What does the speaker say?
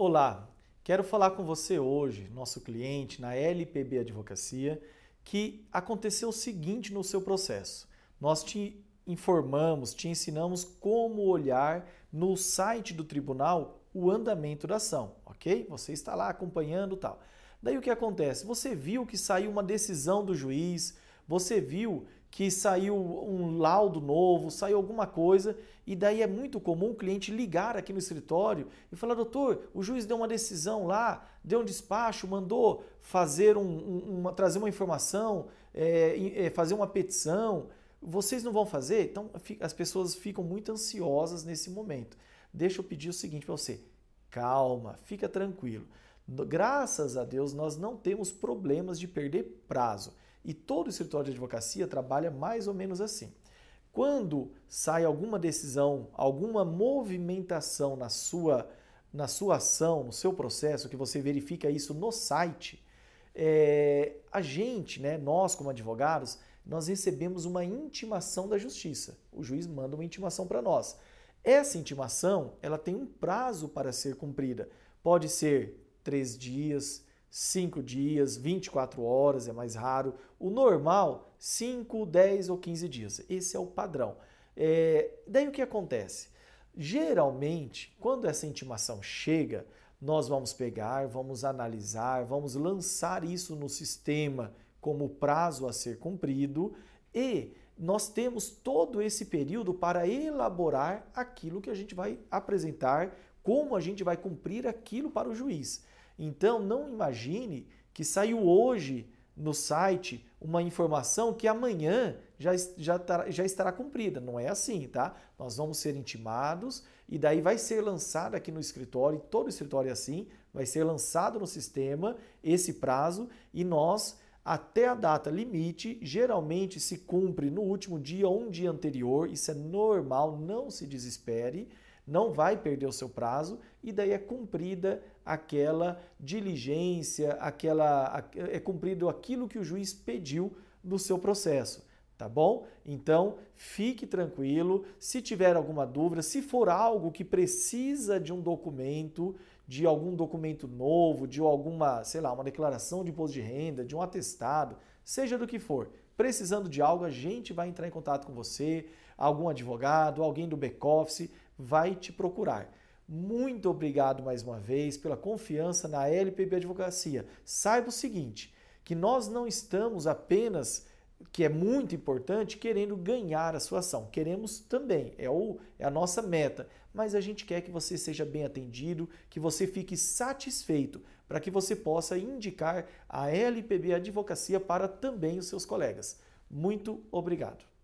Olá, quero falar com você hoje, nosso cliente na LPB Advocacia, que aconteceu o seguinte no seu processo. Nós te informamos, te ensinamos como olhar no site do tribunal o andamento da ação, ok? Você está lá acompanhando e tal. Daí o que acontece? Você viu que saiu uma decisão do juiz, você viu que saiu um laudo novo, saiu alguma coisa, e daí é muito comum o cliente ligar aqui no escritório e falar: doutor, o juiz deu uma decisão lá, deu um despacho, mandou fazer trazer uma informação, fazer uma petição, vocês não vão fazer? Então as pessoas ficam muito ansiosas nesse momento. Deixa eu pedir o seguinte para você: calma, fica tranquilo. Graças a Deus nós não temos problemas de perder prazo. E todo escritório de advocacia trabalha mais ou menos assim. Quando sai alguma decisão, alguma movimentação na sua ação, no seu processo, que você verifica isso no site, a gente, nós como advogados, nós recebemos uma intimação da justiça. O juiz manda uma intimação para nós. Essa intimação, ela tem um prazo para ser cumprida. Pode ser 3 dias, 5 dias, 24 horas, é mais raro. O normal, 5, 10 ou 15 dias. Esse é o padrão. Daí o que acontece? Geralmente, quando essa intimação chega, nós vamos pegar, vamos analisar, vamos lançar isso no sistema como prazo a ser cumprido e nós temos todo esse período para elaborar aquilo que a gente vai apresentar, como a gente vai cumprir aquilo para o juiz. Então, não imagine que saiu hoje no site uma informação que amanhã já estará cumprida. Não é assim, tá? Nós vamos ser intimados e daí vai ser lançado aqui no escritório, e todo escritório é assim, vai ser lançado no sistema esse prazo e nós, até a data limite, geralmente se cumpre no último dia ou um dia anterior. Isso é normal, não se desespere. Não vai perder o seu prazo e daí é cumprida aquela diligência, é cumprido aquilo que o juiz pediu no seu processo, tá bom? Então, fique tranquilo, se tiver alguma dúvida, se for algo que precisa de um documento, de algum documento novo, de alguma, sei lá, uma declaração de imposto de renda, de um atestado, seja do que for, precisando de algo, a gente vai entrar em contato com você, algum advogado, alguém do back-office vai te procurar. Muito obrigado mais uma vez pela confiança na LPB Advocacia. Saiba o seguinte, que nós não estamos apenas, que é muito importante, querendo ganhar a sua ação. Queremos também, é a nossa meta, mas a gente quer que você seja bem atendido, que você fique satisfeito, para que você possa indicar a LPB Advocacia para também os seus colegas. Muito obrigado.